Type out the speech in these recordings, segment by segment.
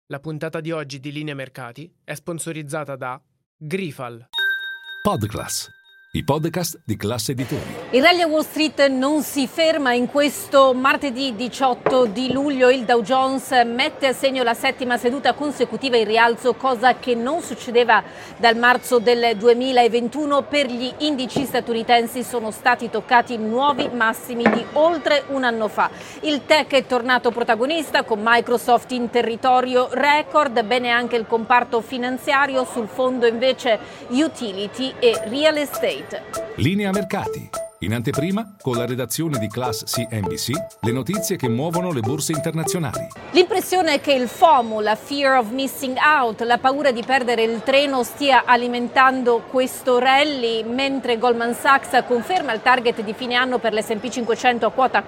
La puntata di oggi di Linea Mercati è sponsorizzata da Grifal. Podclass, i podcast di Class Editori. Il rally a Wall Street non si ferma. In questo martedì 18 di luglio il Dow Jones mette a segno la settima seduta consecutiva in rialzo, cosa che non succedeva dal marzo del 2021. Per gli indici statunitensi sono stati toccati nuovi massimi di oltre un anno fa. Il tech è tornato protagonista con Microsoft in territorio record, bene anche il comparto finanziario, sul fondo invece utility e real estate. Linea Mercati. In anteprima, con la redazione di Class CNBC, le notizie che muovono le borse internazionali. L'impressione è che il FOMO, la fear of missing out, la paura di perdere il treno stia alimentando questo rally, mentre Goldman Sachs conferma il target di fine anno per l'S&P 500 a quota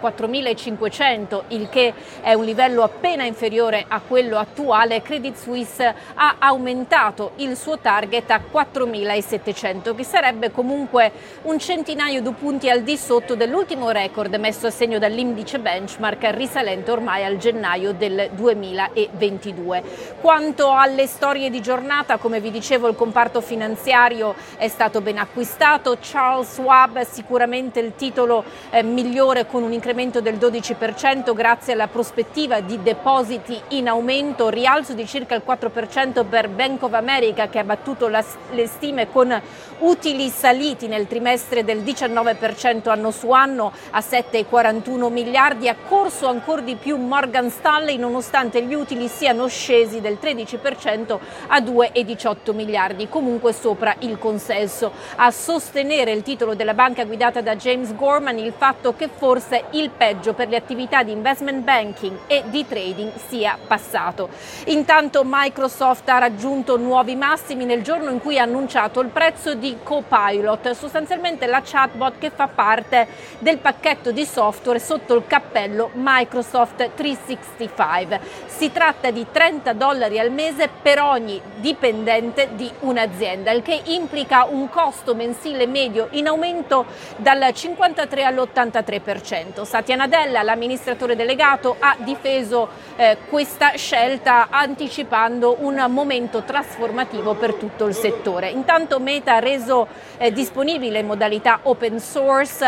4.500, il che è un livello appena inferiore a quello attuale. Credit Suisse ha aumentato il suo target a 4.700, che sarebbe comunque un centinaio di punti al di sotto dell'ultimo record messo a segno dall'indice benchmark risalente ormai al gennaio del 2022. Quanto alle storie di giornata, come vi dicevo, il comparto finanziario è stato ben acquistato. Charles Schwab sicuramente il titolo migliore, con un incremento del 12% grazie alla prospettiva di depositi in aumento, rialzo di circa il 4% per Bank of America, che ha battuto le stime con utili saliti nel trimestre del 19% anno su anno a 7,41 miliardi. Ha corso ancora di più Morgan Stanley, nonostante gli utili siano scesi del 13% a 2,18 miliardi, comunque sopra il consenso. A sostenere il titolo della banca guidata da James Gorman il fatto che forse il peggio per le attività di investment banking e di trading sia passato. Intanto Microsoft ha raggiunto nuovi massimi nel giorno in cui ha annunciato il prezzo di Copilot, sostanzialmente la chatbot che fa parte del pacchetto di software sotto il cappello Microsoft 365. Si tratta di $30 al mese per ogni dipendente di un'azienda, il che implica un costo mensile medio in aumento dal 53 all'83%. Satya Nadella, l'amministratore delegato, ha difeso questa scelta anticipando un momento trasformativo per tutto il settore. Intanto Meta ha reso disponibile in modalità open source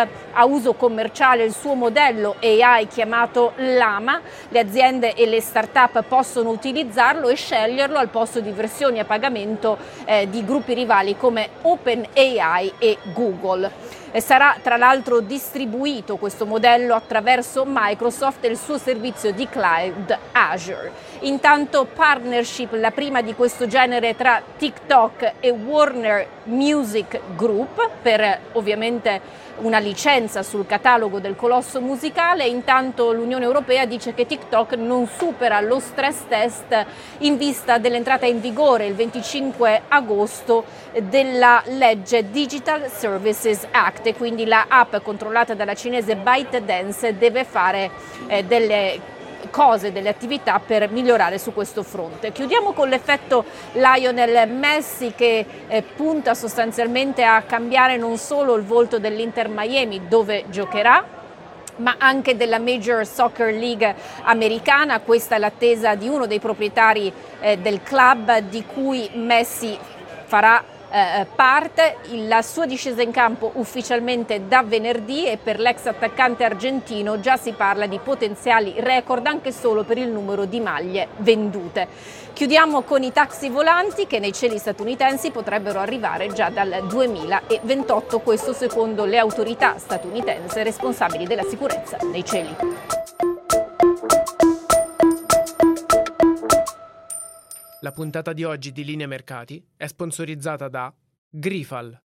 a uso commerciale il suo modello AI chiamato Llama. Le aziende e le start-up possono utilizzarlo e sceglierlo al posto di versioni a pagamento di gruppi rivali come OpenAI e Google. Sarà tra l'altro distribuito questo modello attraverso Microsoft e il suo servizio di cloud Azure. Intanto partnership, la prima di questo genere tra TikTok e Warner Music Group, per ovviamente una licenza sul catalogo del colosso musicale. Intanto l'Unione Europea dice che TikTok non supera lo stress test in vista dell'entrata in vigore il 25 agosto della legge Digital Services Act, e quindi la app controllata dalla cinese ByteDance deve fare delle attività per migliorare su questo fronte. Chiudiamo con l'effetto Lionel Messi, che punta sostanzialmente a cambiare non solo il volto dell'Inter Miami, dove giocherà, ma anche della Major Soccer League americana. Questa è l'attesa di uno dei proprietari del club di cui Messi farà parte. La sua discesa in campo ufficialmente da venerdì, e per l'ex attaccante argentino già si parla di potenziali record anche solo per il numero di maglie vendute. Chiudiamo con i taxi volanti che nei cieli statunitensi potrebbero arrivare già dal 2028, questo secondo le autorità statunitensi responsabili della sicurezza nei cieli. La puntata di oggi di Linea Mercati è sponsorizzata da Grifal.